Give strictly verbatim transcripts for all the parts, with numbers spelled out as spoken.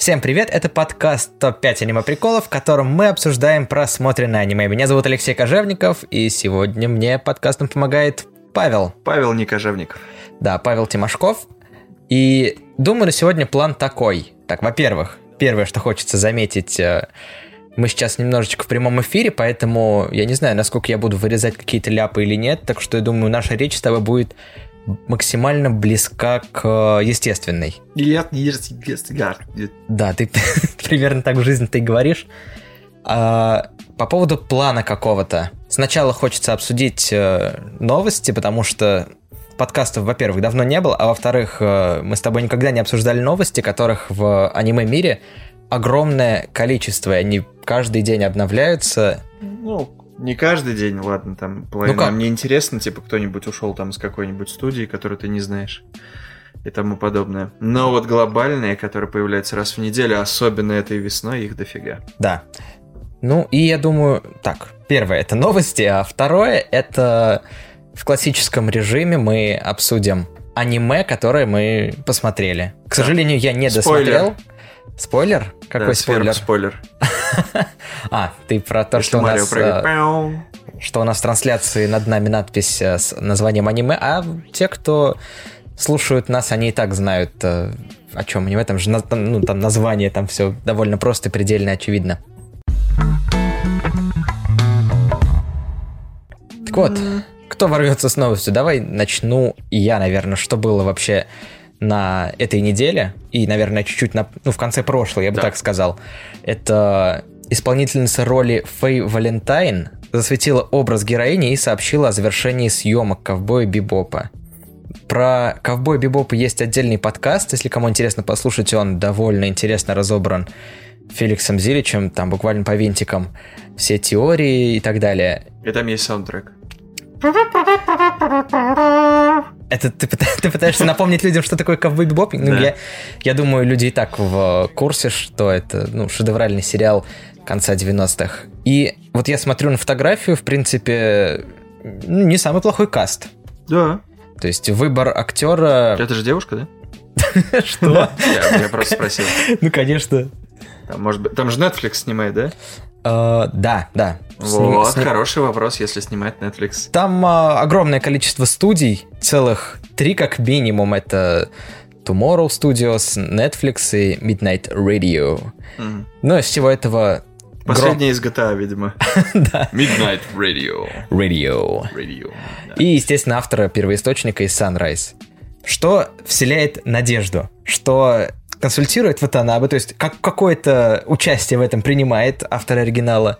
Всем привет, это подкаст топ пять аниме-приколов, в котором мы обсуждаем просмотренное аниме. Меня зовут Алексей Кожевников, и сегодня мне подкастом помогает Павел. Павел не Кожевников. Да, Павел Тимошков. И думаю, на сегодня план такой. Так, во-первых, первое, что хочется заметить, мы сейчас немножечко в прямом эфире, поэтому я не знаю, насколько я буду вырезать какие-то ляпы или нет, так что я думаю, наша речь с тобой будет максимально близка к естественной. Да, ты примерно так в жизни ты говоришь. А, по поводу плана какого-то. Сначала хочется обсудить э, новости, потому что подкастов, во-первых, давно не было, а во-вторых, э, мы с тобой никогда не обсуждали новости, которых в аниме-мире огромное количество, и они каждый день обновляются. Ну, не каждый день, ладно, там половина. Ну, мне интересно, типа, кто-нибудь ушел там с какой-нибудь студии, которую ты не знаешь, и тому подобное. Но вот глобальные, которые появляются раз в неделю, особенно этой весной, их дофига. Да. Ну, и я думаю, так, первое — это новости, а второе — это в классическом режиме мы обсудим аниме, которое мы посмотрели. К сожалению, я не досмотрел. Спойлер? Какой да, спойлер? спойлер. А, ты про то, Если что у Марио нас... прыгает. Что у нас в трансляции над нами надпись с названием аниме, а те, кто слушают нас, они и так знают, о чем аниме. Там же ну, там название, там все довольно просто и предельно очевидно. Так вот, кто ворвется с новостью? Давай начну я, наверное, что было вообще на этой неделе, и, наверное, чуть-чуть на, ну, в конце прошлой, я бы да. так сказал. Это исполнительница роли Фэй Валентайн засветила образ героини и сообщила о завершении съемок «Ковбоя Бибопа». Про «Ковбоя Бибопа» есть отдельный подкаст, если кому интересно послушать, он довольно интересно разобран Феликсом Зиличем, там буквально по винтикам, все теории и так далее. И там есть саундтрек. Это ты, ты пытаешься напомнить людям, что такое «Ковбой Бибоп»? Ну, да. я, я думаю, люди и так в курсе, что это ну, шедевральный сериал конца девяностых. И вот я смотрю на фотографию, в принципе, не самый плохой каст. Да. То есть выбор актера... Это же девушка, да? Что? Я просто спросил. Ну, конечно. Может быть, там же Netflix снимает, да? Uh, да, да. Вот, Сни... хороший вопрос, если снимает Netflix. Там uh, огромное количество студий, целых три как минимум. Это Tomorrow Studios, Netflix и Midnight Radio. Mm. Ну, из всего этого... Последняя из джи ти эй, видимо. Да. Midnight Radio. Radio. Radio. И, естественно, автора первоисточника из Sunrise. Что вселяет надежду, что... консультирует Ватанабе, то есть как какое-то участие в этом принимает автор оригинала,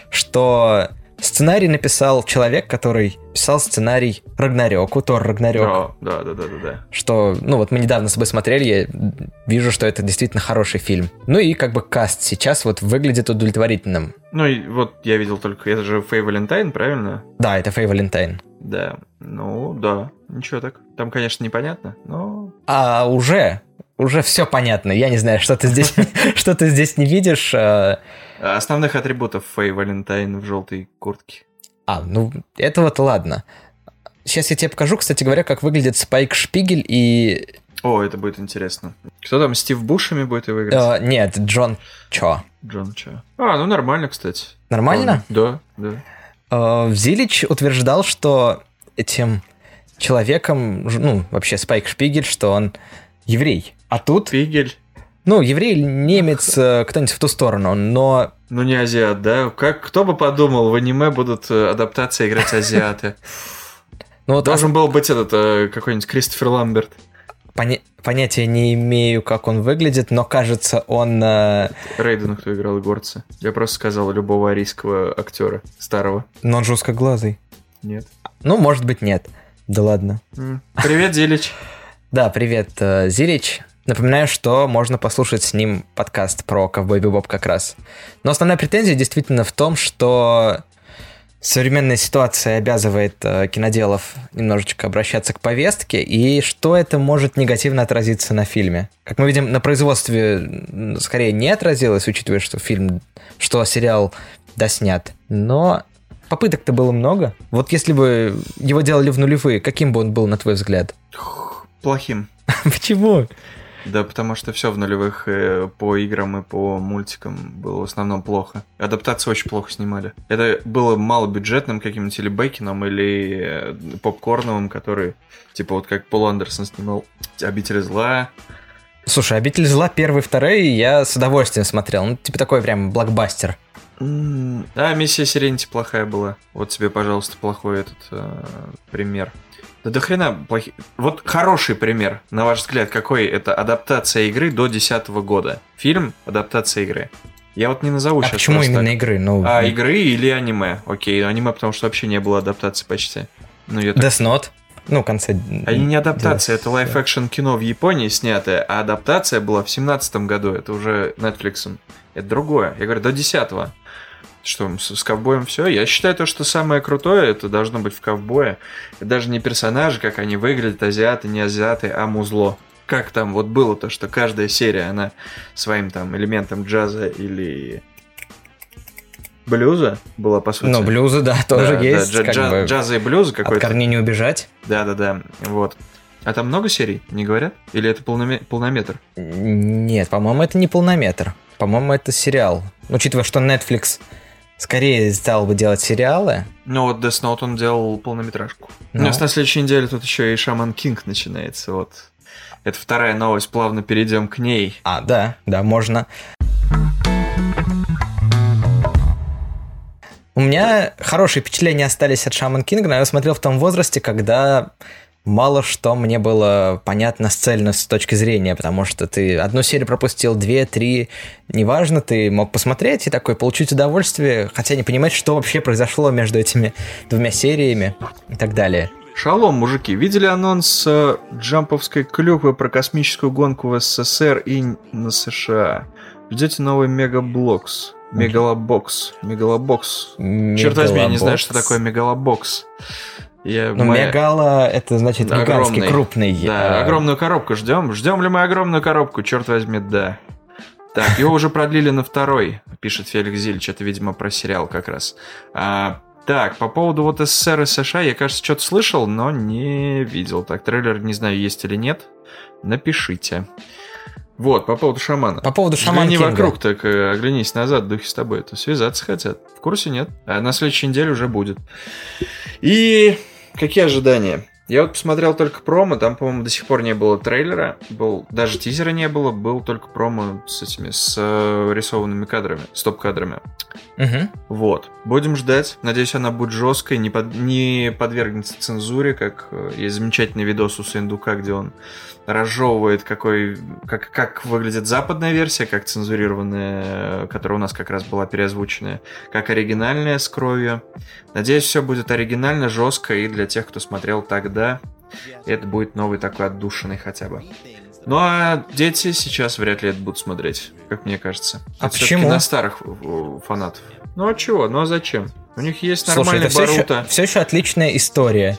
что сценарий написал человек, который писал сценарий Рагнарёку, Тор Рагнарёк. Да, да, да, да, да. Что, ну вот мы недавно с тобой смотрели, я вижу, что это действительно хороший фильм. Ну и как бы каст сейчас вот выглядит удовлетворительным. Ну и вот я видел только, это же Фэй Валентайн, правильно? Да, это Фэй Валентайн. Да, ну да, ничего так. Там, конечно, непонятно, но... А уже... Уже все понятно. Я не знаю, что ты здесь, что ты здесь не видишь. Основных атрибутов Фэй Валентайн в желтой куртке. А, ну, это вот ладно. Сейчас я тебе покажу, кстати говоря, как выглядит Спайк Шпигель и... О, это будет интересно. Кто там, Стив Бушеми будет его играть? Uh, нет, Джон Чо. Джон Чо. А, ну нормально, кстати. Нормально? Он... Да, да. Uh, Зилич утверждал, что этим человеком, ну, вообще Спайк Шпигель, что он еврей. А тут... Шпигель. Ну, еврей, немец, кто-нибудь в ту сторону, но... Ну, не азиат, да? Как, кто бы подумал, в аниме будут адаптации играть азиаты. Ну, вот должен был быть этот какой-нибудь Кристофер Ламберт. Поня... Понятия не имею, как он выглядит, но кажется, он... Рейдену, кто играл Игорца. Я просто сказал любого арийского актера старого. Но он же узкоглазый. Нет. Ну, может быть, нет. Да ладно. Привет, Зилич. Да, привет, Зилич. Напоминаю, что можно послушать с ним подкаст про Ковбой Бибоп как раз. Но основная претензия действительно в том, что современная ситуация обязывает киноделов немножечко обращаться к повестке, и что это может негативно отразиться на фильме. Как мы видим, на производстве скорее не отразилось, учитывая, что фильм, что сериал доснят. Но попыток-то было много. Вот если бы его делали в нулевые, каким бы он был, на твой взгляд? Плохим. Почему? Да, потому что все в нулевых э, по играм и по мультикам было в основном плохо. Адаптации очень плохо снимали. Это было малобюджетным каким-нибудь или Бекином, или э, попкорновым, который, типа вот как Пол Андерсон снимал «Обитель зла». Слушай, «Обитель зла» первый, второй я с удовольствием смотрел. Ну, типа такой прям блокбастер. Да, «Миссия Серенити» плохая была. Вот тебе, пожалуйста, плохой этот э, пример. Да до хрена плохие. Вот хороший пример, на ваш взгляд, какой это адаптация игры до десятого года. Фильм «Адаптация игры». Я вот не назову а сейчас. Почему просто именно игры? Ну... А, игры или аниме. Окей, аниме, потому что вообще не было адаптации почти. Ну, я так... Death Note. Ну, в конце... Они не адаптация, это лайф-экшн кино в Японии снятое, а адаптация была в семнадцатом году, это уже Netflix. Это другое. Я говорю, до десятого. Что, с, с ковбоем все? Я считаю, то, что самое крутое, это должно быть в ковбое. Это даже не персонажи, как они выглядят, азиаты, не азиаты, а музло. Как там вот было то, что каждая серия, она своим там элементом джаза или блюза была, по сути. Ну, блюза, да, тоже да, есть. Да, джаз, бы джаза и блюза какой-то. От корней не убежать. Да-да-да, вот. А там много серий, не говорят? Или это полноме- полнометр? Нет, по-моему, это не полнометр. По-моему, это сериал. Учитывая, что Netflix скорее стал бы делать сериалы. Ну вот Death Note он делал полнометражку. Ну, на следующей неделе тут еще и Shaman King начинается. Вот. Это вторая новость, плавно перейдем к ней. А, да, да, можно. У меня хорошие впечатления остались от Shaman King, но я смотрел в том возрасте, когда мало что мне было понятно с цельно с точки зрения, потому что ты одну серию пропустил, две, три, неважно, ты мог посмотреть и такой получить удовольствие, хотя не понимать, что вообще произошло между этими двумя сериями и так далее. Шалом, мужики, видели анонс э, джамповской клюквы про космическую гонку в СССР и на США? Ждете новый Мегаблокс. Мегалобокс. Мегалобокс. Черт возьми, я не знаю, что такое Мегалобокс. Я, ну, моя... мегало, это значит да, гигантский, огромный, крупный. Да, а... огромную коробку ждем. Ждем ли мы огромную коробку? Черт возьми, да. Так, его уже продлили на второй, пишет Феликс Зильч. Это, видимо, про сериал как раз. А, так, по поводу вот СССР и США, я, кажется, что-то слышал, но не видел. Так, трейлер, не знаю, есть или нет. Напишите. Вот, по поводу шамана. По поводу шамана Взгляни вокруг, так оглянись назад, духи с тобой. Это связаться хотят. В курсе нет. А на следующей неделе уже будет. И какие ожидания? Я вот посмотрел только промо, там, по-моему, до сих пор не было трейлера, был, даже тизера не было, был только промо с этими, с э, рисованными кадрами, стоп-кадрами. Угу. Вот, будем ждать. Надеюсь, она будет жесткой, не, под, не подвергнется цензуре, как э, есть замечательный видос у Сындука, где он разжевывает, какой, как, как выглядит западная версия, как цензурированная, которая у нас как раз была переозвученная, как оригинальная с кровью. Надеюсь, все будет оригинально, жестко, и для тех, кто смотрел тогда, это будет новый такой отдушенный хотя бы. Ну а дети сейчас вряд ли это будут смотреть, как мне кажется. А это почему? На старых фанатов. Ну а чего? Ну а зачем? У них есть нормальный Слушай, это Боруто. Все еще, все еще отличная история.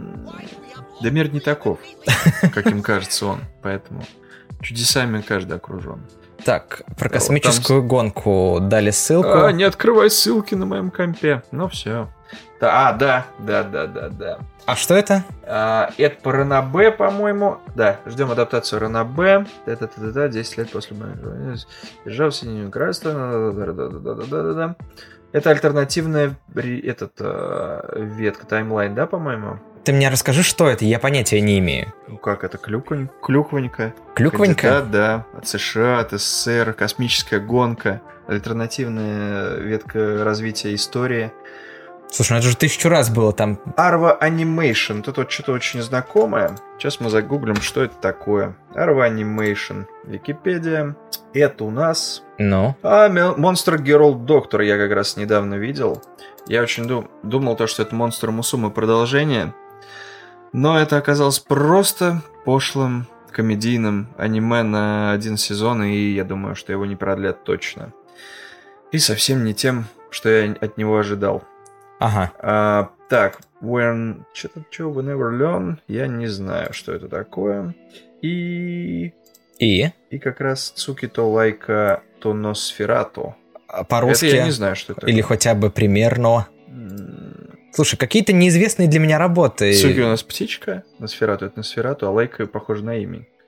Да мир не таков, как им кажется он. Поэтому чудесами каждый окружен. Так, про космическую там... гонку дали ссылку. А, не открывай ссылки на моем компе. Ну все. Да, а, да, да, да, да, да. А что это? А, это по Ранобэ, по-моему. Да, ждем адаптацию Ранобэ. Да-да-да-да, десять лет после моего. Держал синюю красную. Да-да-да-да-да-да-да. Это альтернативная этот, э, ветка, таймлайн, да, по-моему? Ты мне расскажи, что это, я понятия не имею. Ну как это, клюквонь... клюквонька? Клюквонька? Да, да, от США, от СССР, космическая гонка, альтернативная ветка развития истории. Слушай, ну это же тысячу раз было там. Arva Animation, тут вот что-то очень знакомое. Сейчас мы загуглим, что это такое. Arva Animation, Википедия. Это у нас... Ну? А, Monster Girl Doctor я как раз недавно видел. Я очень дум- думал, то, что это Monster Musume продолжение. Но это оказалось просто пошлым комедийным аниме на один сезон, и я думаю, что его не продлят точно. И совсем не тем, что я от него ожидал. Ага. А, так, when... Что-то, что, we never learn, я не знаю, что это такое. И... И? И как раз Цукито Лайка Тоносферато. По-русски? Это я не знаю, что это. Или хотя бы примерно... Слушай, какие-то неизвестные для меня работы. Цуки у нас птичка, Носферату это Носферату, а Лайка похожа на имя.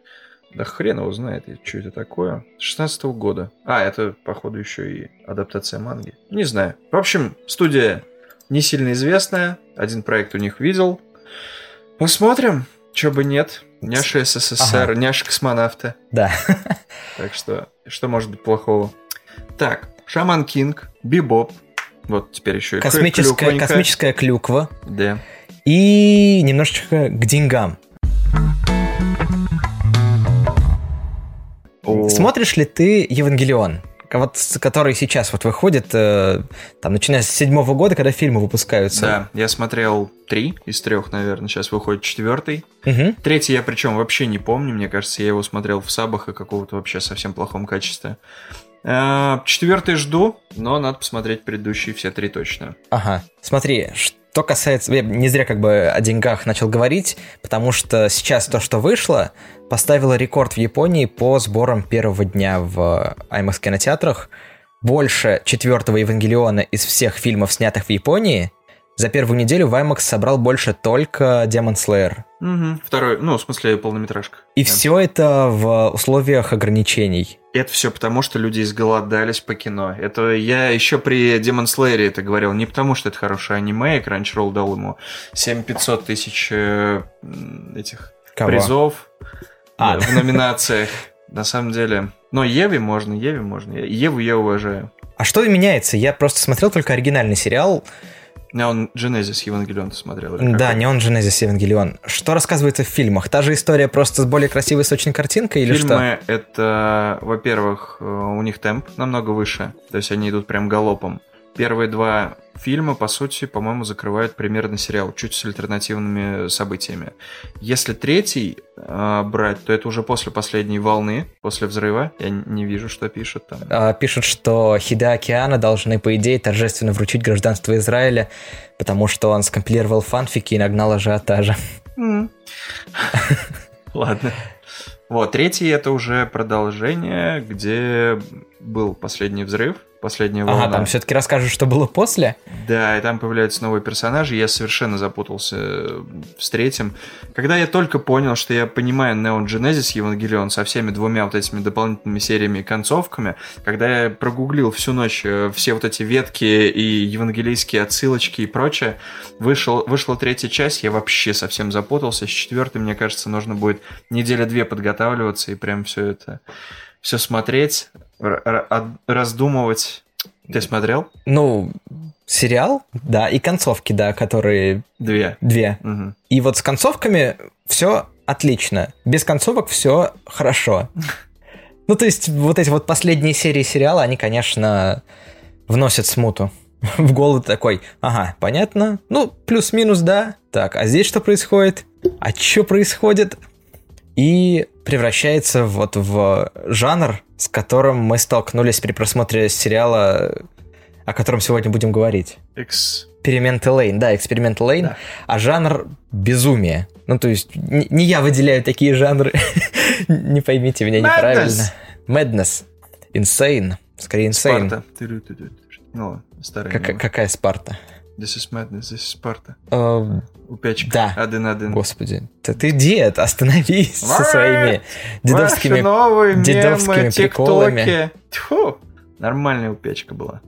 Да хрен его знает, что это такое. шестнадцатого года. А, это, походу, еще и адаптация манги. Не знаю. В общем, студия не сильно известная. Один проект у них видел. Посмотрим. Чё бы нет. Няша СССР, ага. Няша космонавта. Да. Так что, что может быть плохого? Так, Шаман Кинг, Бибоп. Вот теперь еще и космическая, космическая клюква. Да. И немножечко к деньгам. О. Смотришь ли ты Евангелион? Вот, который сейчас вот выходит, э, там, начиная с седьмого года, когда фильмы выпускаются. Да, я смотрел три из трех, наверное, сейчас выходит четвертый. Угу. Третий я причем вообще не помню, мне кажется, я его смотрел в сабах и какого-то вообще совсем плохом качестве. Э, четвертый жду, но надо посмотреть предыдущие все три точно. Ага, смотри, что касается... Я не зря как бы о деньгах начал говорить, потому что сейчас то, что вышло, поставило рекорд в Японии по сборам первого дня в IMAX кинотеатрах. Больше четвертого Евангелиона из всех фильмов, снятых в Японии, за первую неделю в IMAX собрал больше только Demon Slayer. Угу. Второй, ну, в смысле, полнометражка. И да. Все это в условиях ограничений. Это все потому, что люди изголодались по кино. Это я еще при Demon Slayer это говорил. Не потому, что это хорошее аниме, и Crunchyroll дал ему семь пятьсот тысяч э, этих Кого? призов а. в номинациях. На самом деле... Но Еве можно, Еве можно. Еву я уважаю. А что меняется? Я просто смотрел только оригинальный сериал. Неон Genesis Евангелион ты смотрел? Да, Неон Genesis Евангелион. Что рассказывается в фильмах? Та же история, просто с более красивой сочной картинкой или что? Фильмы — это, во-первых, у них темп намного выше, то есть они идут прям галопом. Первые два фильма, по сути, по-моему, закрывают примерно сериал, чуть с альтернативными событиями. Если третий э, брать, то это уже после последней волны, после взрыва. Я не вижу, что пишут там. А, пишут, что Хидеаки Анно должны, по идее, торжественно вручить гражданство Израиля, потому что он скомпилировал фанфики и нагнал ажиотажа. Ладно. Вот, третий — это уже продолжение, где был последний взрыв, последняя волна. Ага, там все-таки расскажут, что было после? Да, и там появляются новые персонажи, я совершенно запутался с третьим. Когда я только понял, что я понимаю Neon Genesis Евангелион со всеми двумя вот этими дополнительными сериями и концовками, когда я прогуглил всю ночь все вот эти ветки и евангелийские отсылочки и прочее, вышел, вышла третья часть, я вообще совсем запутался. С четвертой, мне кажется, нужно будет неделя-две подготавливаться и прям все это, все смотреть, раздумывать. Ты смотрел? Ну, сериал, да, и концовки, да, которые... Две. Две. Угу. И вот с концовками все отлично. Без концовок все хорошо. Ну, то есть, вот эти вот последние серии сериала, они, конечно, вносят смуту в голову такой, ага, понятно, ну, плюс-минус, да. Так, а здесь что происходит? А что происходит? И превращается вот в жанр, с которым мы столкнулись при просмотре сериала, о котором сегодня будем говорить. Эксперименты Лейн, да, эксперименты Лейн, да. А жанр безумие. Ну, то есть, не я выделяю такие жанры, не поймите меня неправильно. Madness. Insane. Скорее, insane. Спарта. Ну, старая. Какая Спарта? This is madness, this is Sparta. Uh, Упячка. Да. Один-один. Господи. Да ты дед, остановись со своими дедовскими, новые дедовскими мемы, приколами. Тьфу, нормальная упечка была.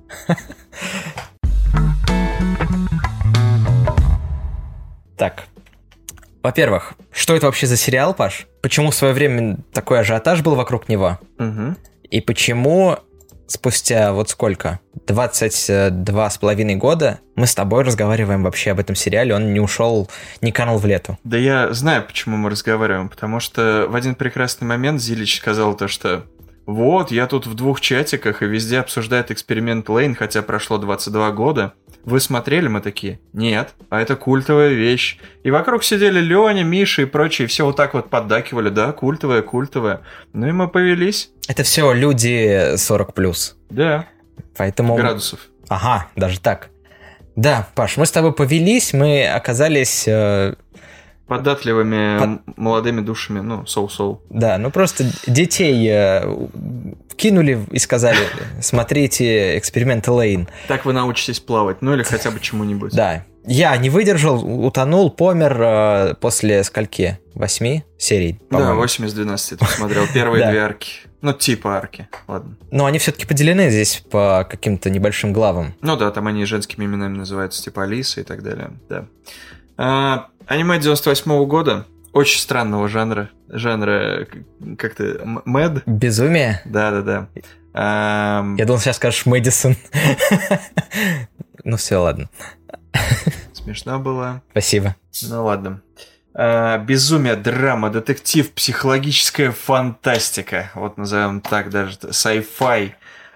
Так. Во-первых, что это вообще за сериал, Паш? Почему в свое время такой ажиотаж был вокруг него? Угу. И почему... Спустя вот сколько? двадцать два с половиной года мы с тобой разговариваем вообще об этом сериале, он не ушел, не канул в лету. Да я знаю, почему мы разговариваем, потому что в один прекрасный момент Зилич сказал то, что вот, я тут в двух чатиках и везде обсуждают эксперимент Лейн, хотя прошло двадцать два года. Вы смотрели? Мы такие, нет, а это культовая вещь. И вокруг сидели Леня, Миша и прочие, все вот так вот поддакивали, да, культовая, культовая. Ну и мы повелись. Это все люди сорок плюс. Да. Поэтому... Градусов. Ага, даже так. Да, Паш, мы с тобой повелись, мы оказались... Э... Податливыми Под... молодыми душами, ну, соу-соу. Да, ну просто детей э, кинули и сказали, смотрите эксперименты Лейн. Так вы научитесь плавать, ну или хотя бы чему-нибудь. Да, я не выдержал, утонул, помер э, после скольки? Восьми серий, по-моему. Да, восемь из двенадцати ты смотрел. Первые две арки. Ну, типа арки, ладно. Но они все-таки поделены здесь по каким-то небольшим главам. Ну да, там они женскими именами называются, типа Алиса и так далее, да. А, аниме девяносто восьмого года, очень странного жанра. Жанра, как-то, мэд. Безумие? Да-да-да. А... Я думал, сейчас скажешь Мэдисон. Ну все, ладно. Смешно было. Спасибо. Ну ладно. А, безумие, драма, детектив, психологическая фантастика. Вот назовем так даже. Sci-fi.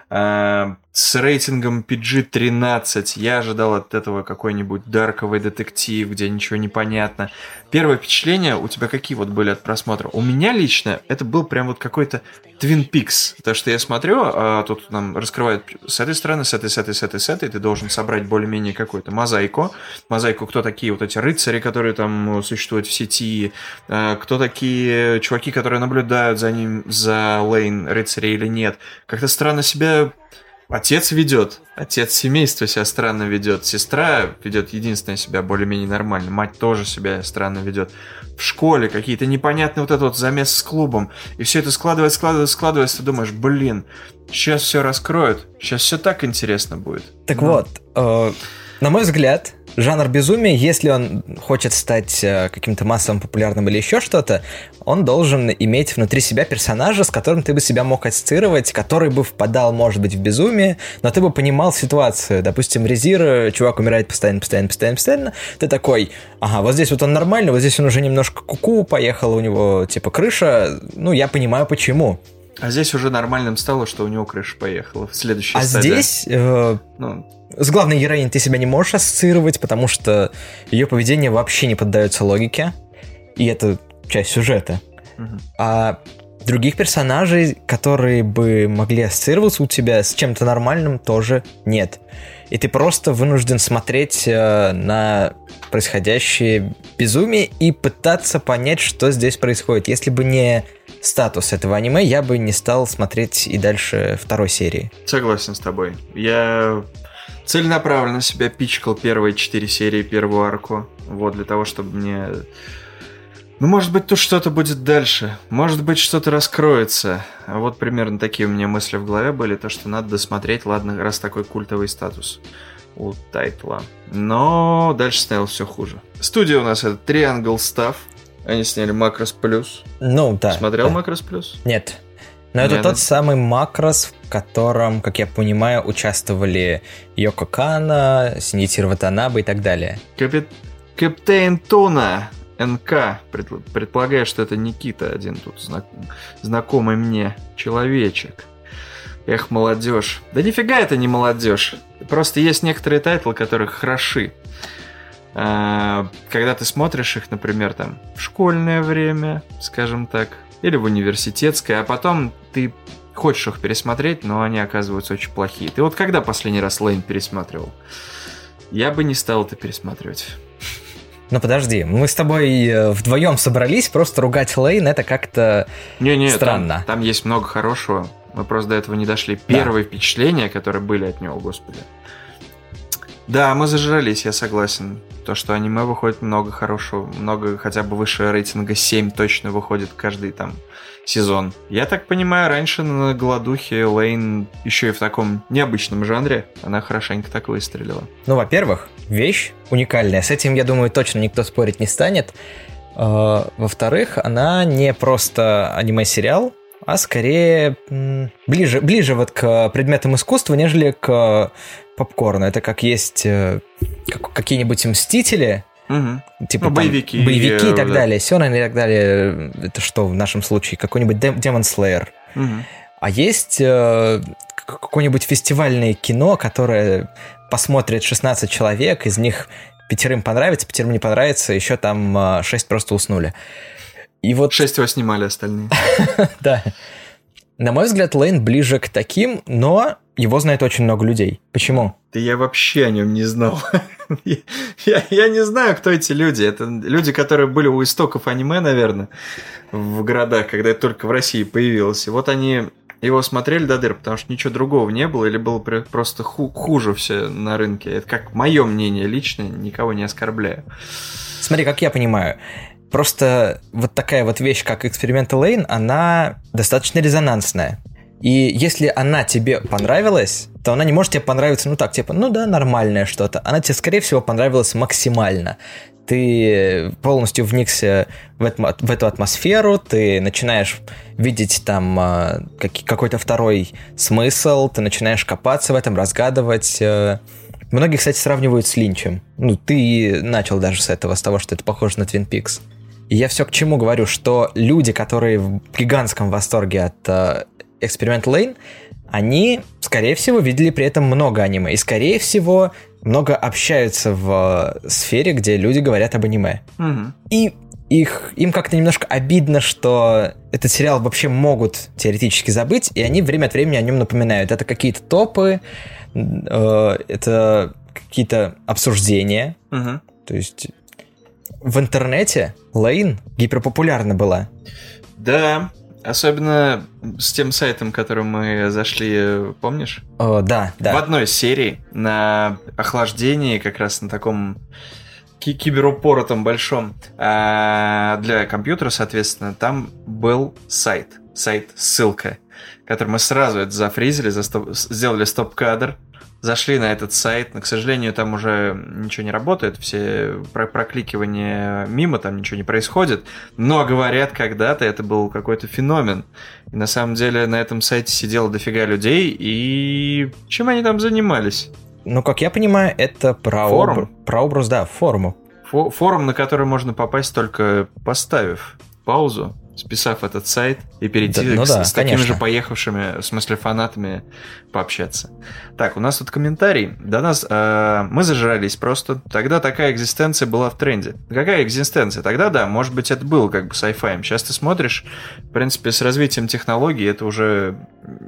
А, с рейтингом пи джи тринадцать. Я ожидал от этого какой-нибудь дарковый детектив, где ничего не понятно. Первое впечатление у тебя какие вот были от просмотра? У меня лично это был прям вот какой-то Twin Peaks. То, что я смотрю, а тут нам раскрывают с этой стороны, с этой, с этой, с этой, с этой. Ты должен собрать более-менее какую-то мозаику. Мозаику, кто такие вот эти рыцари, которые там существуют в сети. Кто такие чуваки, которые наблюдают за ним, за Лейн, рыцарей или нет. Как-то странно себя... Отец ведет, отец семейства себя странно ведет, сестра ведет единственная себя более-менее нормально, мать тоже себя странно ведет. В школе какие-то непонятные вот этот вот замес с клубом, и все это складывается, складывается, складывается, ты думаешь, блин, сейчас все раскроют, сейчас все так интересно будет. Так ну. вот, э, на мой взгляд, жанр безумия, если он хочет стать э, каким-то массовым, популярным или еще что-то, он должен иметь внутри себя персонажа, с которым ты бы себя мог ассоциировать, который бы впадал, может быть, в безумие, но ты бы понимал ситуацию. Допустим, Резир, чувак умирает постоянно, постоянно, постоянно, постоянно. Ты такой, ага, вот здесь вот он нормальный, вот здесь он уже немножко куку, поехала у него, типа, крыша. Ну, я понимаю, почему. А здесь уже нормальным стало, что у него крыша поехала в следующей а стадии. А здесь... Э, ну... С главной героиней ты себя не можешь ассоциировать, потому что ее поведение вообще не поддается логике, и это часть сюжета. Uh-huh. А других персонажей, которые бы могли ассоциироваться у тебя с чем-то нормальным, тоже нет. И ты просто вынужден смотреть э, на происходящее безумие и пытаться понять, что здесь происходит. Если бы не статус этого аниме, я бы не стал смотреть и дальше второй серии. Согласен с тобой. Я... целенаправленно себя пичкал первые четыре серии, первую арку. Вот, для того, чтобы мне... Ну, может быть, тут что-то будет дальше. Может быть, что-то раскроется. А вот примерно такие у меня мысли в голове были. То, что надо досмотреть, ладно, раз такой культовый статус у тайтла. Но дальше становилось все хуже. Студия у нас это Triangle Staff. Они сняли Macross Plus. Ну, да. Смотрел да. Macross Plus? Нет. Но это тот самый Макрос, в котором, как я понимаю, участвовали Йоко Канно, Синьитиро Ватанабе и так далее. Капит... Капитан Тона эн ка. Предполагаю, что это Никита, один тут знак... знакомый мне человечек. Эх, молодежь. Да нифига это не молодежь. Просто есть некоторые тайтлы, которые хороши. Когда ты смотришь их, например, там в школьное время, скажем так, или в университетское, а потом ты хочешь их пересмотреть, но они оказываются очень плохие. Ты вот когда последний раз Лейн пересматривал? Я бы не стал это пересматривать. Ну подожди, мы с тобой вдвоем собрались, просто ругать Лейн, это как-то не, не, странно. Там, там есть много хорошего, мы просто до этого не дошли. Первые да. впечатления, которые были от него, господи. Да, мы зажрались, я согласен. То, что аниме выходит много хорошего, много хотя бы выше рейтинга семь точно выходит каждый там сезон. Я так понимаю, раньше на голодухе Лейн еще и в таком необычном жанре она хорошенько так выстрелила. Ну, во-первых, вещь уникальная. С этим, я думаю, точно никто спорить не станет. Во-вторых, она не просто аниме-сериал, а скорее ближе, ближе вот к предметам искусства, нежели к попкорну. Это как есть как, какие-нибудь «Мстители», угу. типа ну, боевики, там, боевики и так да. далее, сёнэн и так далее. Это что в нашем случае? Какой-нибудь Demon Slayer. Угу. А есть э, какое-нибудь фестивальное кино, которое посмотрит шестнадцать человек, из них пятерым понравится, пятерым не понравится, еще там шесть просто уснули. И вот... Шесть его снимали остальные. Да. На мой взгляд, Лейн ближе к таким, но его знает очень много людей. Почему? Да я вообще о нем не знал. я, я не знаю, кто эти люди. Это люди, которые были у истоков аниме, наверное, в городах, когда это только в России появилось. И вот они его смотрели до дыр, потому что ничего другого не было, или было просто ху- хуже все на рынке. Это как мое мнение личное, никого не оскорбляю. Смотри, как я понимаю, просто вот такая вот вещь, как Experimental Lane, она достаточно резонансная. И если она тебе понравилась, то она не может тебе понравиться, ну так, типа, ну да, нормальное что-то. Она тебе, скорее всего, понравилась максимально. Ты полностью вникся в эту, в эту атмосферу, ты начинаешь видеть там как, какой-то второй смысл, ты начинаешь копаться в этом, разгадывать. Многие, кстати, сравнивают с Линчем. Ну, ты начал даже с этого, с того, что это похоже на Twin Peaks. И я все к чему говорю, что люди, которые в гигантском восторге от uh, Experimental Lane, они, скорее всего, видели при этом много аниме. И, скорее всего, много общаются в сфере, где люди говорят об аниме. Угу. И их, им как-то немножко обидно, что этот сериал вообще могут теоретически забыть, и они время от времени о нем напоминают. Это какие-то топы, э, это какие-то обсуждения. Угу. То есть в интернете Лейн гиперпопулярна была. Да, особенно с тем сайтом, которым мы зашли, помнишь? О, да, да. В одной серии на охлаждении, как раз на таком ки- киберопоротом большом, а для компьютера, соответственно, там был сайт, сайт-ссылка, который мы сразу это зафризили, застоп- сделали стоп-кадр, зашли на этот сайт, но, к сожалению, там уже ничего не работает, все про- прокликивания мимо, там ничего не происходит, но говорят, когда-то это был какой-то феномен. И на самом деле на этом сайте сидело дофига людей, и чем они там занимались? Ну, как я понимаю, это про форум, прообраз, да, форуму. Фо- форум, на который можно попасть только поставив паузу, списав этот сайт и перейти да, ну к, да, с такими конечно. же поехавшими, в смысле фанатами, пообщаться. Так, у нас тут комментарий. До нас э, мы зажрались просто. Тогда такая экзистенция была в тренде. Какая экзистенция? Тогда да, может быть, это было как бы sci-fi. Сейчас ты смотришь, в принципе, с развитием технологий это уже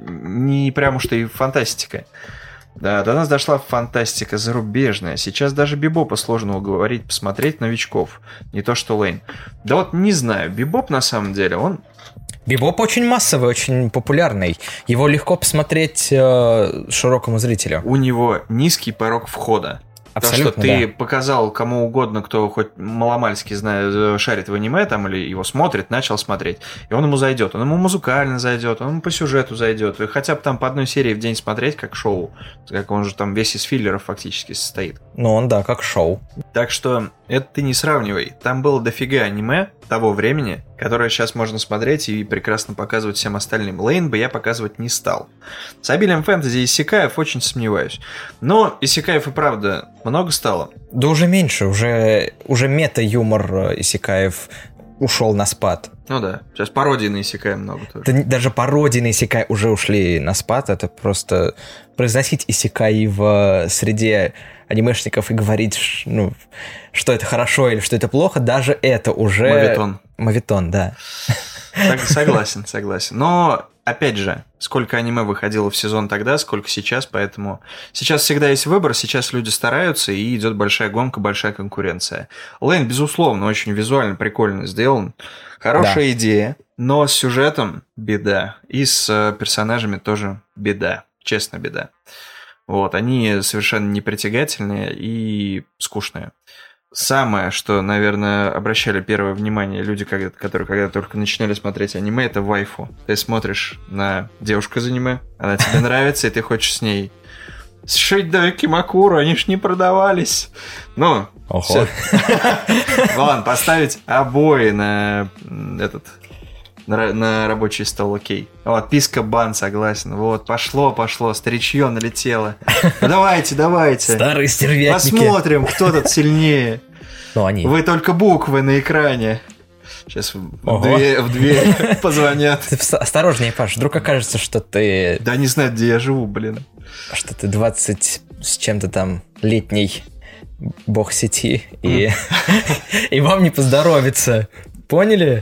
не прям уж и фантастика. Да, до нас дошла фантастика зарубежная. Сейчас даже Бибопа сложно уговорить посмотреть новичков. Не то что Лейн. Да вот не знаю, Бибоп на самом деле, он... Бибоп очень массовый, очень популярный. Его легко посмотреть э, широкому зрителю. У него низкий порог входа. Абсолютно, то, что ты да. показал кому угодно, кто хоть маломальски знает, шарит в аниме там, или его смотрит, начал смотреть, и он ему зайдет. Он ему музыкально зайдет, он ему по сюжету зайдет. И хотя бы там по одной серии в день смотреть, как шоу. Как он же там весь из филлеров фактически состоит. Ну, он, да, как шоу. Так что это ты не сравнивай. Там было дофига аниме того времени, которое сейчас можно смотреть и прекрасно показывать всем остальным. Лейн бы я показывать не стал. С обилием фэнтези и исекаев очень сомневаюсь. Но исекаев и правда много стало. Да уже меньше. Уже, уже мета-юмор исекаев ушел на спад. Ну да. Сейчас пародий на исекай много тоже. Да, даже пародии на исекай уже ушли на спад. Это просто произносить исекай в среде анимешников и говорить, ну, что это хорошо или что это плохо, даже это уже... Моветон. Моветон, да. Согласен, согласен. Но, опять же, сколько аниме выходило в сезон тогда, сколько сейчас, поэтому... Сейчас всегда есть выбор, сейчас люди стараются, и идет большая гонка, большая конкуренция. Лейн, безусловно, очень визуально прикольно сделан. Хорошая да. идея, но с сюжетом беда. И с персонажами тоже беда. Честно, беда. Вот, они совершенно непритягательные и скучные. Самое, что, наверное, обращали первое внимание люди, которые когда только начинали смотреть аниме, это вайфу. Ты смотришь на девушку из аниме, она тебе нравится, и ты хочешь с ней сшить до Кимакуру, они ж не продавались. Ну, все. Ладно, поставить обои на этот... На, на рабочий стол, окей. Вот, писка бан, согласен. Вот, пошло, пошло, старичье налетело. Ну, давайте, давайте. Старые стервятники. Посмотрим, кто тут сильнее. Ну, они. Вы только буквы на экране. Сейчас в дверь, в дверь позвонят. Ты осторожнее, Паш, вдруг окажется, что ты... Да не знаю, где я живу, блин. Что ты двадцать с чем-то там летний бог сети, и, и вам не поздоровится. Поняли?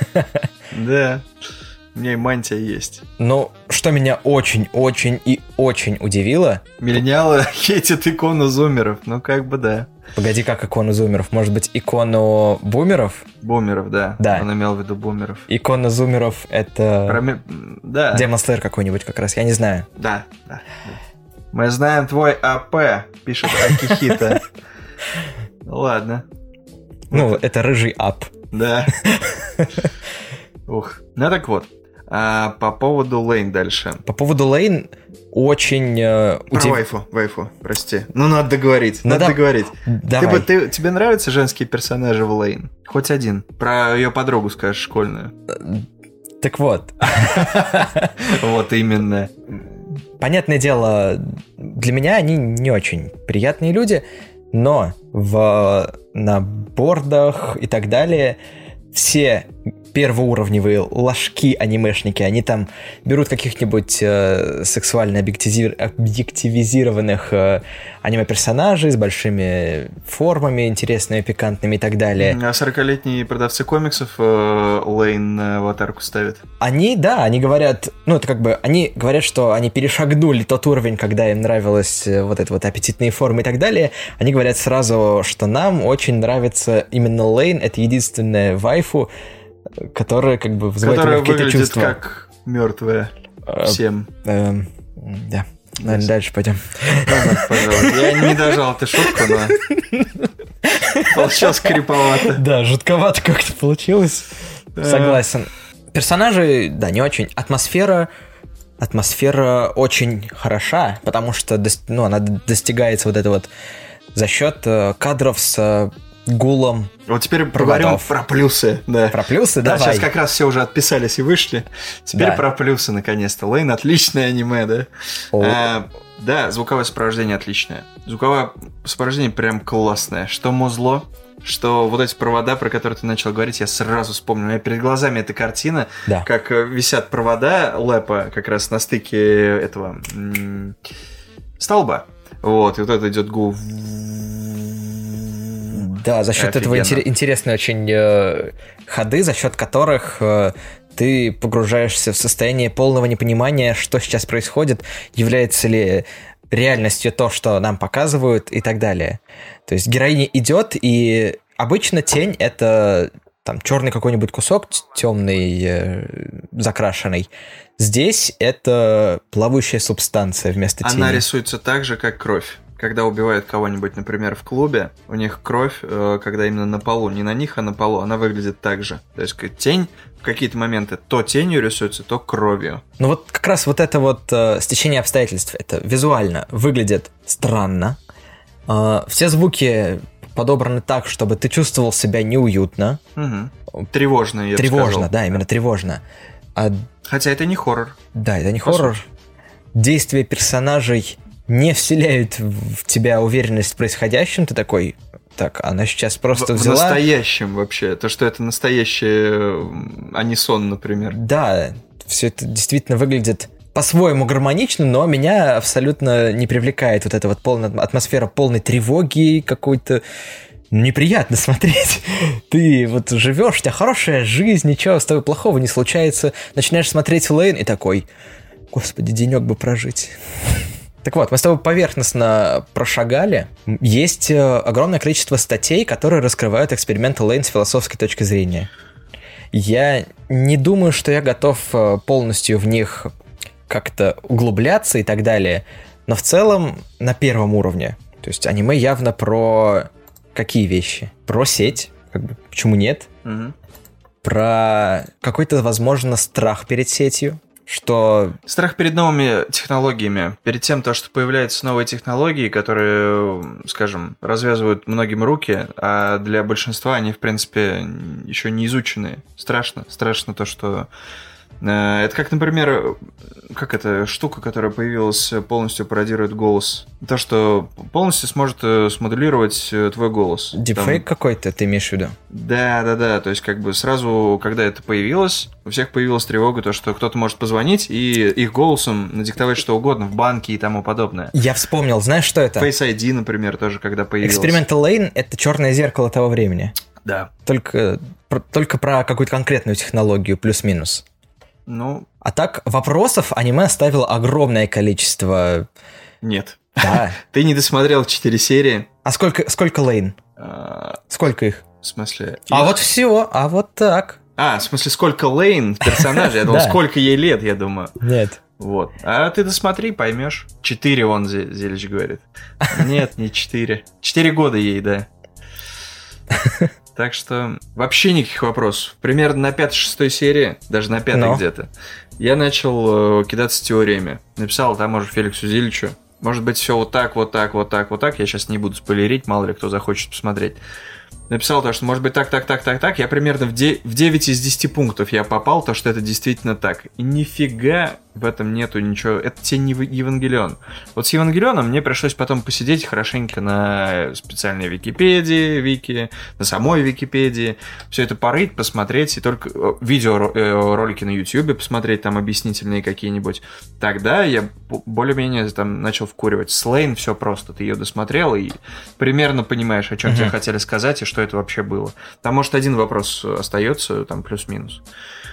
Да, у меня и мантия есть. Ну, что меня очень-очень и очень удивило... Миллениалы хейтят икону зумеров, ну как бы да. Погоди, как икону зумеров? Может быть, икону бумеров? Бумеров, да. Да. Он имел в виду бумеров. Икона зумеров — это... Про... Да. Demon Slayer какой-нибудь как раз, я не знаю. Да, да. Мы знаем твой АП, пишет Акихита. Ладно. Ну, это рыжий ап. Да. Ух. Ну так вот. А по поводу Лейн дальше. По поводу Лейн очень... Э, Про удив... вайфу, вайфу, прости. Ну, надо договорить, ну, надо да... договорить. Давай. Ты бы, ты, тебе нравятся женские персонажи в Лейн? Хоть один. Про ее подругу скажешь, школьную. Так вот. Вот именно. Понятное дело, для меня они не очень приятные люди, но в, на бордах и так далее все первоуровневые ложки-анимешники, они там берут каких-нибудь э, сексуально объективи- объективизированных э, аниме-персонажей с большими формами, интересными, пикантными и так далее. А сорокалетние продавцы комиксов э, Лейн на аватарку ставят? Они, да, они говорят, ну это как бы, они говорят, что они перешагнули тот уровень, когда им нравилось вот это вот аппетитные формы и так далее. Они говорят сразу, что нам очень нравится именно Лейн, это единственная вайфу, которая как бы вызывает которая какие-то выглядит чувства. Как мертвая всем. Э, э, да. Наверное, дальше пойдем. Ну, пожалуйста. Я не дожал эту шутку, но получилось криповато. Да, жутковато как-то получилось. Согласен. Персонажи, да, не очень. Атмосфера... Атмосфера очень хороша, потому что ну, она достигается вот это вот за счет кадров с гулом. Вот теперь поговорим про плюсы. Да. Про плюсы, да, давай. Сейчас как раз все уже отписались и вышли. Теперь да. Про плюсы, наконец-то. Лейн отличное аниме, да? А, да, звуковое сопровождение отличное. Звуковое сопровождение прям классное. Что музло, что вот эти провода, про которые ты начал говорить, я сразу вспомнил. У меня перед глазами эта картина, да. Как висят провода лэпа как раз на стыке этого м- столба. Вот, и вот это идет гул. Да, за счет этого интер- интересные очень э, ходы, за счет которых э, ты погружаешься в состояние полного непонимания, что сейчас происходит, является ли реальностью то, что нам показывают и так далее. То есть героиня идет, и обычно тень — это там черный какой-нибудь кусок, темный, э, закрашенный. Здесь это плавающая субстанция вместо тени. Она рисуется так же, как кровь. Когда убивают кого-нибудь, например, в клубе, у них кровь, когда именно на полу, не на них, а на полу, она выглядит так же. То есть тень в какие-то моменты то тенью рисуется, то кровью. Ну вот как раз вот это вот э, стечение обстоятельств, это визуально выглядит странно. Э, все звуки подобраны так, чтобы ты чувствовал себя неуютно. Угу. Тревожно, я бы сказал. Тревожно, да, именно тревожно. А... Хотя это не хоррор. Да, это не хоррор. Действия персонажей не вселяют в тебя уверенность в происходящем, ты такой, так, она сейчас просто в, взяла... В настоящем вообще, то, что это настоящее, а не сон, например. Да, все это действительно выглядит по-своему гармонично, но меня абсолютно не привлекает вот эта вот полная атмосфера полной тревоги какой-то. Неприятно смотреть. Ты вот живешь, у тебя хорошая жизнь, ничего с тобой плохого не случается, начинаешь смотреть Лейн и такой, господи, денек бы прожить. Так вот, мы с тобой поверхностно прошагали. Есть огромное количество статей, которые раскрывают эксперименты Лейн с философской точки зрения. Я не думаю, что я готов полностью в них как-то углубляться и так далее, но в целом на первом уровне. То есть аниме явно про какие вещи? Про сеть, как бы, почему нет? Угу. Про какой-то, возможно, страх перед сетью. Что... Страх перед новыми технологиями. Перед тем, то, что появляются новые технологии, которые, скажем, развязывают многим руки, а для большинства они, в принципе, еще не изучены. Страшно. Страшно то, что... Это как, например, как эта штука, которая появилась, полностью пародирует голос. То, что полностью сможет смоделировать твой голос. Дипфейк Там... какой-то, ты имеешь в виду? Да, да, да. То есть, как бы сразу, когда это появилось, у всех появилась тревога, то, что кто-то может позвонить и их голосом надиктовать что угодно в банке и тому подобное. Я вспомнил, знаешь, что это? Face ай ди, например, тоже, когда появился. Эксперимент Лейн — это черное зеркало того времени. Да. Только, про, только про какую-то конкретную технологию, плюс-минус. Ну... А так, вопросов аниме оставило огромное количество. Нет. Да. Ты не досмотрел четыре серии. А сколько, сколько Лейн? Сколько их? В смысле? А вот все, а вот так. А, в смысле, сколько Лейн персонажей? Я думал, сколько ей лет, я думаю. Нет. Вот. А ты досмотри, поймешь. Четыре, он, Зелич говорит. Нет, не четыре. Четыре года ей, да. Так что вообще никаких вопросов. Примерно на пятой-шестой серии, даже на пятой где-то, я начал э, кидаться теориями. Написал тому же Феликсу Зиличу. Может быть, все вот так, вот так, вот так, вот так. Я сейчас не буду спойлерить, мало ли кто захочет посмотреть. Написал то, что может быть так, так, так, так, так. Я примерно в девять из десяти пунктов я попал, то, что это действительно так. И нифига в этом нету ничего. Это тебе не Евангелион. Вот с Евангелионом мне пришлось потом посидеть хорошенько на специальной Википедии, Вики, на самой Википедии. Все это порыть, посмотреть, и только видеоролики на Ютьюбе посмотреть, там объяснительные какие-нибудь. Тогда я более-менее там начал вкуривать. Слейн все просто. Ты ее досмотрел и примерно понимаешь, о чем mm-hmm. тебе хотели сказать и что это вообще было. Там, может, один вопрос остается, там плюс-минус.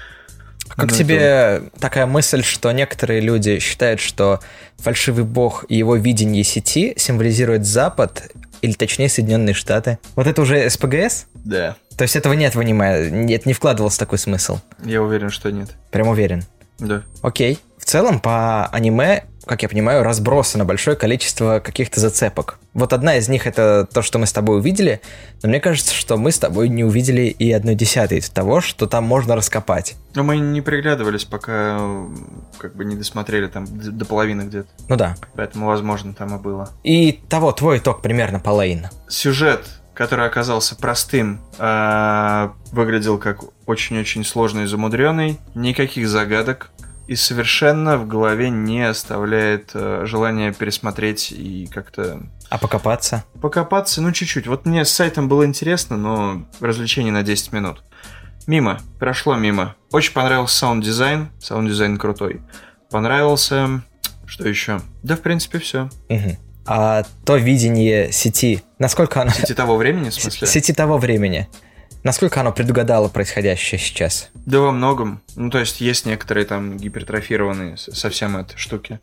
Как ну, тебе это... такая мысль, что некоторые люди считают, что фальшивый бог и его видение сети символизирует Запад, или точнее Соединенные Штаты? Вот это уже СПГС? Да. То есть этого нет в аниме? Это не вкладывался такой смысл? Я уверен, что нет. Прям уверен? Да. Окей. В целом, по аниме, как я понимаю, разбросано большое количество каких-то зацепок. Вот одна из них — это то, что мы с тобой увидели, но мне кажется, что мы с тобой не увидели и одной десятой того, что там можно раскопать. Но мы не приглядывались, пока как бы не досмотрели там до половины где-то. Ну да. Поэтому, возможно, там и было. И того, твой итог примерно по Лейн. Сюжет, который оказался простым, выглядел как очень-очень сложный и замудренный. Никаких загадок. И совершенно в голове не оставляет э, желания пересмотреть и как-то... А покопаться? Покопаться, ну, чуть-чуть. Вот мне с сайтом было интересно, но развлечение на десять минут. Мимо, прошло мимо. Очень понравился саунд-дизайн. Саунд-дизайн крутой. Понравился... Что еще? Да, в принципе, все. Угу. А то видение сети, насколько оно... Сети того времени, в смысле? Сети того времени. Насколько оно предугадало происходящее сейчас? Да во многом. Ну, то есть, есть некоторые там гипертрофированные совсем этой штуки.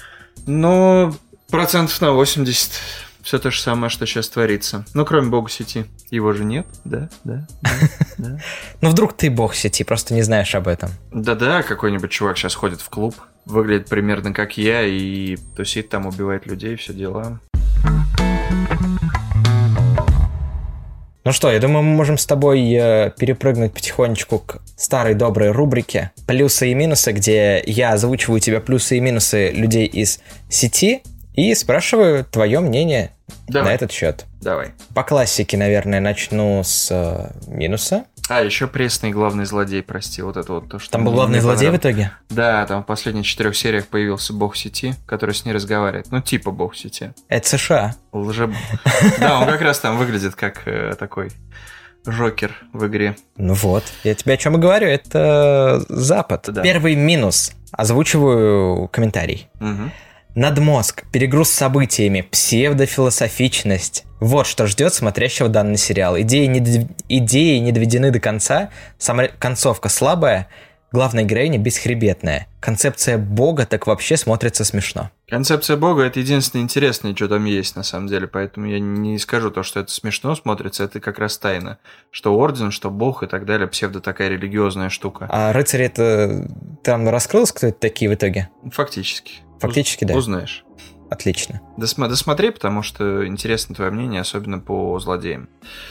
Но процентов на восемьдесят все то же самое, что сейчас творится. Ну, кроме бога сети. Его же нет, да, да, да. Ну, вдруг ты бог сети, просто не знаешь об этом. Да-да, какой-нибудь чувак сейчас ходит в клуб, выглядит примерно как я, и тусит там, убивает людей, все дела. Ну что, я думаю, мы можем с тобой э, перепрыгнуть потихонечку к старой доброй рубрике «Плюсы и минусы», где я озвучиваю тебе плюсы и минусы людей из сети и спрашиваю твое мнение Давай. на этот счет. Давай. По классике, наверное, начну с э, минуса. А, еще пресный главный злодей, прости, вот это вот то, что... Там был главный злодей в итоге? Да, там в последних четырех сериях появился бог сети, который с ней разговаривает. Ну, типа бог сети. Это США. Лже... Да, он как раз там выглядит как э, такой Жокер в игре. Ну вот, я тебе о чем и говорю, это Запад. Да. Первый минус. Озвучиваю комментарий. Угу. Надмозг, перегруз событиями, псевдофилософичность. Вот что ждет смотрящего данный сериал. Идеи не, дов... Идеи не доведены до конца, сама концовка слабая, главная героиня бесхребетная. Концепция бога так вообще смотрится смешно. Концепция бога — это единственное интересное, что там есть на самом деле, поэтому я не скажу то, что это смешно смотрится, это как раз тайна. Что орден, что бог и так далее, псевдо такая религиозная штука. А рыцари это там раскрылось, кто это такие в итоге? Фактически. Фактически, Уз- да. Узнаешь. Отлично. Досма- досмотри, потому что интересно твое мнение, особенно по злодеям.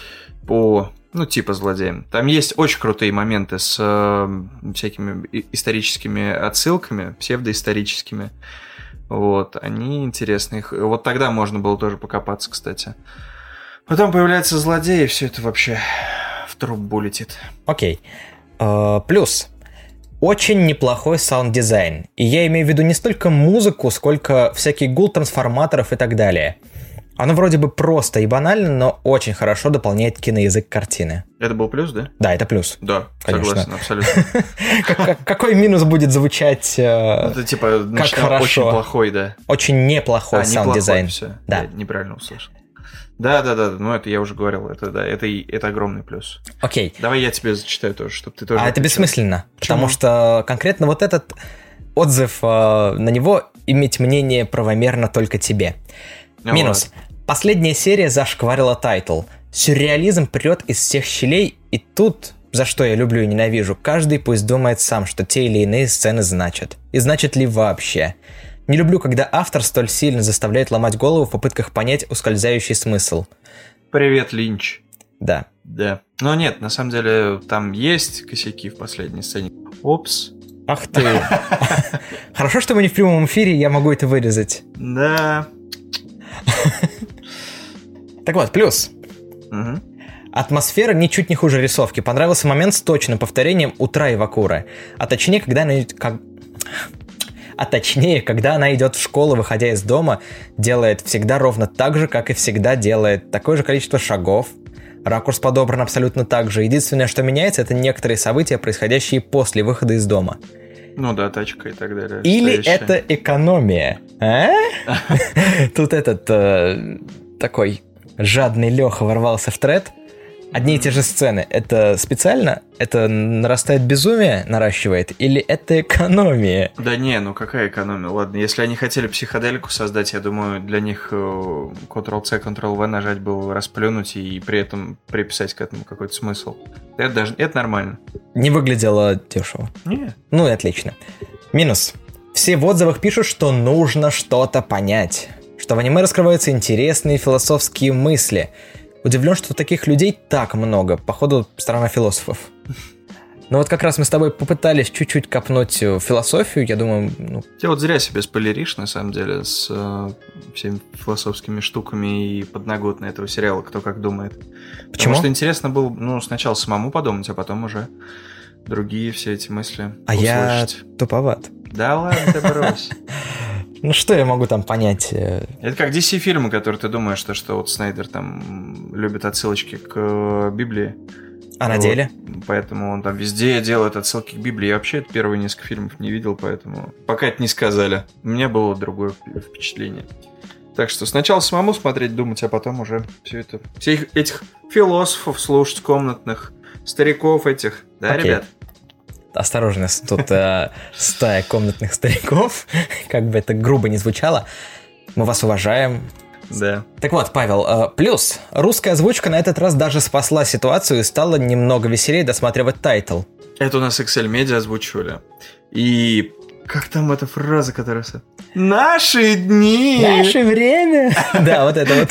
По, ну, типа злодеям. Там есть очень крутые моменты с э, всякими историческими отсылками, псевдоисторическими. Вот, они интересные. Вот тогда можно было тоже покопаться, кстати. Потом появляется злодей, и все это вообще в трубу летит. Окей. Uh, плюс. Очень неплохой саунд-дизайн. И я имею в виду не столько музыку, сколько всякий гул трансформаторов и так далее. Оно вроде бы просто и банально, но очень хорошо дополняет киноязык картины. Это был плюс, да? Да, это плюс. Да, согласен, абсолютно. Какой минус будет звучать это типа очень плохой, да. Очень неплохой саунд-дизайн. Да, неправильно услышал. Да, да, да, ну это я уже говорил, это да, это, это огромный плюс. Окей. Давай я тебе зачитаю тоже, чтобы ты тоже... А это бессмысленно, потому что конкретно вот этот отзыв э, на него иметь мнение правомерно только тебе. Ну Минус. Вот. Последняя серия зашкварила тайтл. Сюрреализм прет из всех щелей, и тут, за что я люблю и ненавижу, каждый пусть думает сам, что те или иные сцены значат. И значат ли вообще. Не люблю, когда автор столь сильно заставляет ломать голову в попытках понять ускользающий смысл. Привет, Линч. Да. Да. Но нет, на самом деле там есть косяки в последней сцене. Опс. Ах ты. Хорошо, что мы не в прямом эфире, я могу это вырезать. Да. Так вот, плюс. Угу. Атмосфера ничуть не хуже рисовки. Понравился момент с точным повторением утра Ивакуры. А точнее, когда она... Как... А точнее, когда она идет в школу, выходя из дома, делает всегда ровно так же, как и всегда делает. Такое же количество шагов. Ракурс подобран абсолютно так же. Единственное, что меняется, это некоторые события, происходящие после выхода из дома. Ну да, тачка и так далее. Или стоящая. Это экономия. А? Тут этот э, такой жадный Леха ворвался в тред. Одни и те же сцены. Это специально? Это нарастает безумие, наращивает? Или это экономия? Да не, ну какая экономия? Ладно, если они хотели психоделику создать, я думаю, для них контрол-C, контрол-V нажать было расплюнуть и при этом приписать к этому какой-то смысл. Это даже это нормально. Не выглядело дешево. Не. Ну и отлично. Минус. Все в отзывах пишут, что нужно что-то понять. Что в аниме раскрываются интересные философские мысли. Удивлен, что таких людей так много. Походу, страна философов. Но вот как раз мы с тобой попытались чуть-чуть копнуть в философию, я думаю... Ну... Ты вот зря себе спойлеришь, на самом деле, с э, всеми философскими штуками и подноготной этого сериала «Кто как думает». Почему? Потому что интересно было, ну, сначала самому подумать, а потом уже другие все эти мысли а услышать. Я туповат. Да ладно, ты брось. Ну, что я могу там понять? Это как ди си-фильмы, которые ты думаешь, что, что вот Снайдер там любит отсылочки к Библии. А на деле? Поэтому он там везде делает отсылки к Библии. Я вообще первые несколько фильмов не видел, поэтому пока это не сказали. У меня было другое впечатление. Так что сначала самому смотреть, думать, а потом уже все это... Всех этих философов слушать, комнатных, стариков этих. Да, Окей. Ребят? Осторожно, тут э, стая комнатных стариков, как бы это грубо не звучало. Мы вас уважаем. Да. Так вот, Павел, э, плюс. Русская озвучка на этот раз даже спасла ситуацию и стало немного веселее досматривать тайтл. Это у нас икс эль Media озвучивали. И как там эта фраза, которая... Наши дни! Наше время! Да, вот это вот.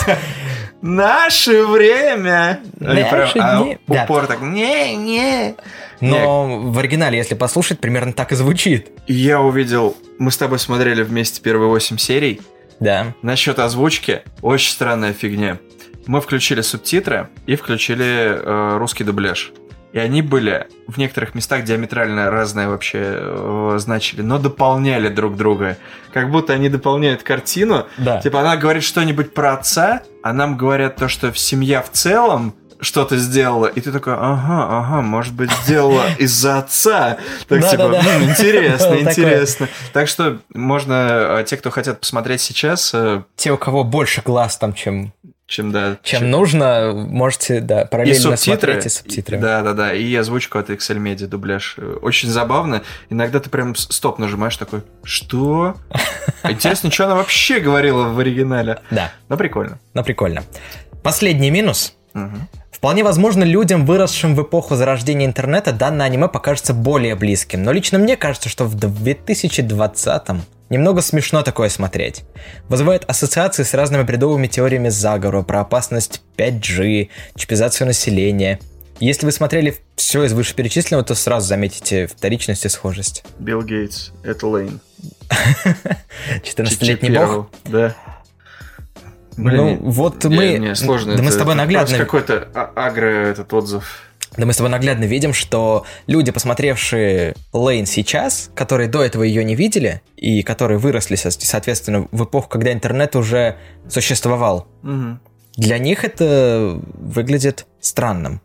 Наше время! Наши дни! Упор так, не-не... Но Нет. в оригинале, если послушать, примерно так и звучит. Я увидел, мы с тобой смотрели вместе первые восемь серий. Да. Насчет озвучки, очень странная фигня. Мы включили субтитры и включили э, русский дубляж. И они были в некоторых местах диаметрально разные вообще э, значили, но дополняли друг друга. Как будто они дополняют картину. Да. Типа она говорит что-нибудь про отца, а нам говорят то, что семья в целом что-то сделала, и ты такой, ага, ага, может быть, сделала из-за отца. Так, да, типа, да, да. ну, интересно, интересно. Так что можно, те, кто хотят посмотреть сейчас... Те, у кого больше глаз там, чем... Чем, да, чем, чем нужно, можете, да, параллельно и смотреть и субтитры. Да, да, да, и озвучку от икс эль Media, дубляж. Очень забавно. Иногда ты прям стоп нажимаешь, такой, что? Интересно, что она вообще говорила в оригинале. Да. Но прикольно. Но прикольно. Последний минус. Угу. Вполне возможно, людям, выросшим в эпоху зарождения интернета, данное аниме покажется более близким. Но лично мне кажется, что в две тысячи двадцатом немного смешно такое смотреть. Вызывает ассоциации с разными бредовыми теориями заговора про опасность пять джи, чипизацию населения. Если вы смотрели все из вышеперечисленного, то сразу заметите вторичность и схожесть. Билл Гейтс, это Лейн. четырнадцатилетний бог? Да. Блин, ну, вот мы... Мне сложно. Да это, мы с тобой наглядно... какой-то агро этот отзыв. Да мы с тобой наглядно видим, что люди, посмотревшие Лейн сейчас, которые до этого ее не видели, и которые выросли, соответственно, в эпоху, когда интернет уже существовал, угу. для них это выглядит странным.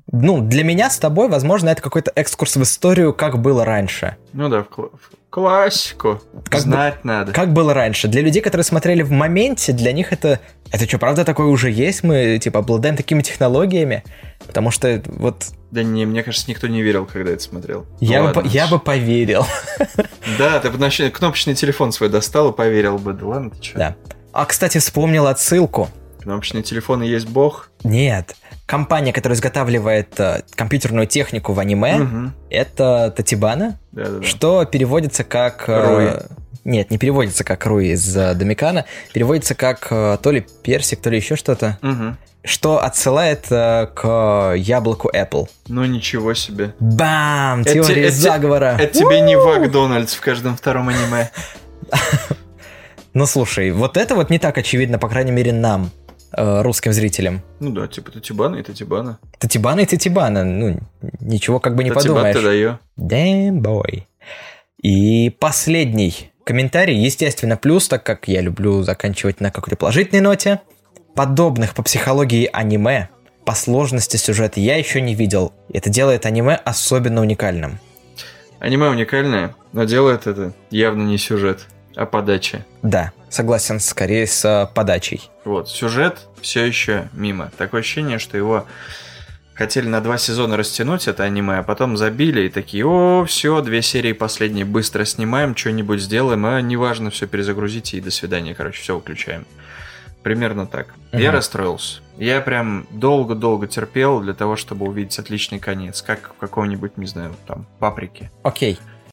ну, для меня с тобой, возможно, это какой-то экскурс в историю, как было раньше. Ну да, в, кл- в классику. Как Знать бы, надо. Как было раньше. Для людей, которые смотрели в моменте, для них это... Это что, правда такое уже есть? Мы, типа, обладаем такими технологиями? Потому что вот... Да не, мне кажется, никто не верил, когда это смотрел. Я, ну, бы, я бы поверил. Да, ты бы кнопочный телефон свой достал и поверил бы. Да ладно, ты что? Да. А, кстати, вспомнил отсылку. Кнопочные телефоны есть бог? Нет. Компания, которая изготавливает э, компьютерную технику в аниме, угу. это Татибана, да-да-да. Что переводится как... Э, нет, не переводится как Руи из э, Домикана, переводится как э, то ли персик, то ли еще что-то, угу. что отсылает э, к яблоку Apple. Ну ничего себе. Бам! Теория это, заговора. Это, это тебе не Макдональдс в каждом втором аниме. Ну слушай, вот это вот не так очевидно, по крайней мере, нам. Русским зрителям. Ну да, типа Татибана и Татибана. Татибана и Татибана. Ну, ничего как бы не подумаешь. Татибана ты даё. Damn boy. И последний комментарий, естественно, плюс, так как я люблю заканчивать на какой-то положительной ноте. Подобных по психологии аниме, по сложности сюжета я еще не видел. Это делает аниме особенно уникальным. Аниме уникальное, но делает это явно не сюжет, а подача. Да, согласен, скорее с подачей. Вот, сюжет все еще мимо. Такое ощущение, что его хотели на два сезона растянуть, это аниме, а потом забили и такие: о, все, две серии последние, быстро снимаем, что-нибудь сделаем, а неважно, все перезагрузите и до свидания, короче, все выключаем. Примерно так. Uh-huh. Я расстроился. Я прям долго-долго терпел для того, чтобы увидеть отличный конец, как в каком-нибудь, не знаю, там, Паприке. Окей.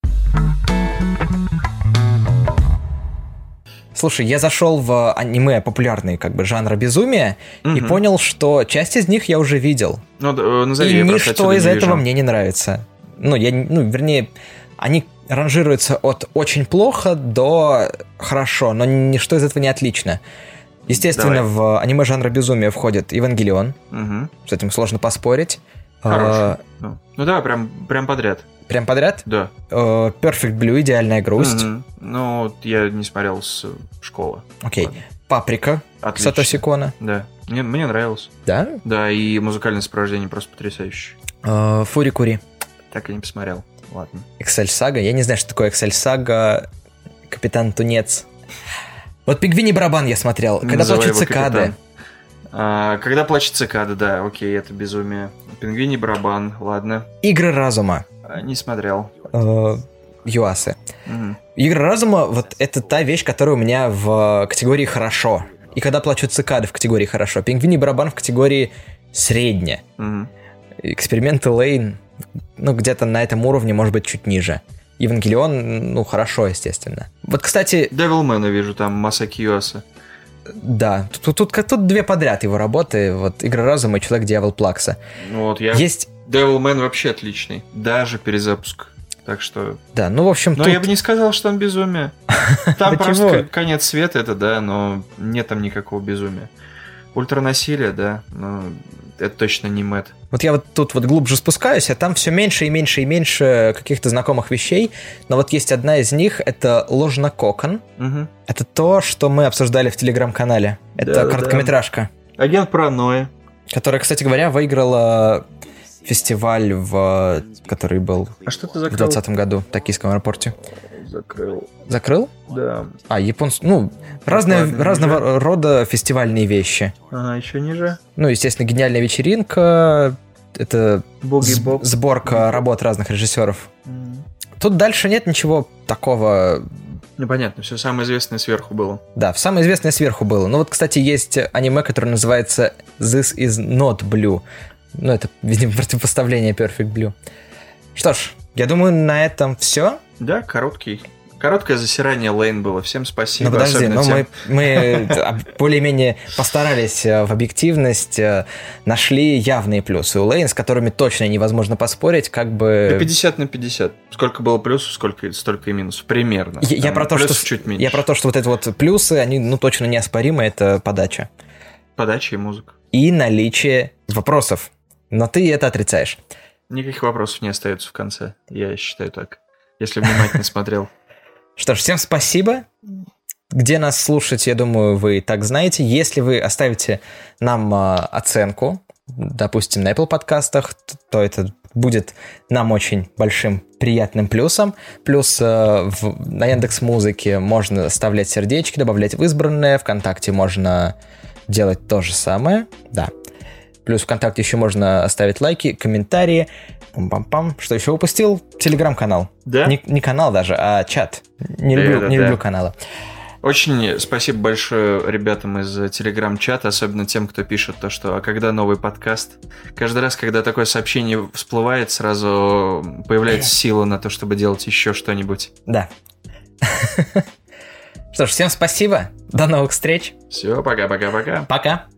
Слушай, я зашел в аниме популярный как бы жанр безумия угу. и понял, что часть из них я уже видел. Ну, назови, и я ничто из этого вижу. Мне не нравится. Ну, я, ну, вернее, они ранжируются от очень плохо до хорошо, но ничто из этого не отлично. Естественно, Давай. в аниме жанра безумия входит Евангелион. Угу. С этим сложно поспорить. Хороший. А, ну, ну да, прям, прям подряд. Прям подряд? Да. Uh, Perfect Blue, идеальная грусть. Mm-hmm. Ну, я не смотрел с школы. Окей. Okay. Паприка. Отлично. Сатоси Коно. Да. Мне, мне нравилось. Да? Да, и музыкальное сопровождение просто потрясающее. Uh, Фури-кури. Так и не посмотрел. Ладно. Excel Saga. Я не знаю, что такое Excel Saga. Капитан Тунец. Вот «Пингвиний барабан» я смотрел. Когда плачут цикады. А, когда плачут цикады, да, окей, это безумие. «Пингвиний барабан», ладно. «Игры разума». Не смотрел. Uh, Юасы. Угу. «Игры разума» вот это та вещь, которая у меня в категории «хорошо». И «Когда плачут цикады» в категории «хорошо». «Пингвиний барабан» в категории «средне». Угу. «Эксперименты Лейн», ну, где-то на этом уровне, может быть, чуть ниже. «Евангелион», ну, хорошо, естественно. Вот, кстати... «Девилмена» вижу, там Масаки Юаса. Да, тут, тут, тут, тут две подряд его работы. Вот «Игры разума» и «Человек-дьявол Плакса». Вот, я... Есть... Devilman вообще отличный. Даже перезапуск. Так что... Да, ну, в общем... Но тут... я бы не сказал, что он безумие. Там просто конец света, это да, но нет там никакого безумия. Ультранасилие, да, но это точно не Мэтт. Вот я вот тут вот глубже спускаюсь, а там все меньше и меньше и меньше каких-то знакомых вещей. Но вот есть одна из них, это «Ложнококон». Угу. Это то, что мы обсуждали в Телеграм-канале. Это да, короткометражка. Да. «Агент паранойи». Которая, кстати говоря, выиграла... фестиваль, в, который был а что ты в двадцатом году в Токийском аэропорте. Закрыл. Закрыл? Да. А, японский... Ну, разные, разного ниже. рода фестивальные вещи. Ага, еще ниже. Ну, естественно, «Гениальная вечеринка». Это с- сборка Буги работ разных режиссеров. Mm. Тут дальше нет ничего такого... Непонятно, все самое известное сверху было. Да, самое известное сверху было. Ну вот, кстати, есть аниме, которое называется «This is not blue». Ну, это, видимо, противопоставление Perfect Blue. Что ж, я думаю, на этом все. Да, короткий. Короткое засирание Лейн было. Всем спасибо. Ну, подожди, но тем... мы, мы более-менее постарались в объективность, нашли явные плюсы у Лейн, с которыми точно невозможно поспорить, как бы... пятьдесят на пятьдесят. Сколько было плюсов, сколько, столько и минусов. Примерно. Я, я, про то, что, чуть меньше. я про то, что вот это вот плюсы, они ну точно неоспоримы, это подача. Подача и музыка. И наличие вопросов. Но ты это отрицаешь. Никаких вопросов не остается в конце. Я считаю так. Если внимательно смотрел. Что ж, всем спасибо. Где нас слушать, я думаю, вы так знаете. Если вы оставите нам э, оценку допустим, на Apple подкастах, то это будет нам очень большим приятным плюсом. Плюс э, в, на Яндекс.Музыке можно оставлять сердечки, добавлять в избранное. ВКонтакте можно делать то же самое. Да. Плюс ВКонтакте еще можно оставить лайки, комментарии. Пам-пам-пам. Что еще упустил? Телеграм-канал. Да? Не, не канал даже, а чат. Не, да, люблю, да, не да. люблю каналы. Очень спасибо большое ребятам из Телеграм-чата, особенно тем, кто пишет то, что «А когда новый подкаст?». Каждый раз, когда такое сообщение всплывает, сразу появляется сила на то, чтобы делать еще что-нибудь. Да. Что ж, всем спасибо. До новых встреч. Все, пока-пока-пока. Пока.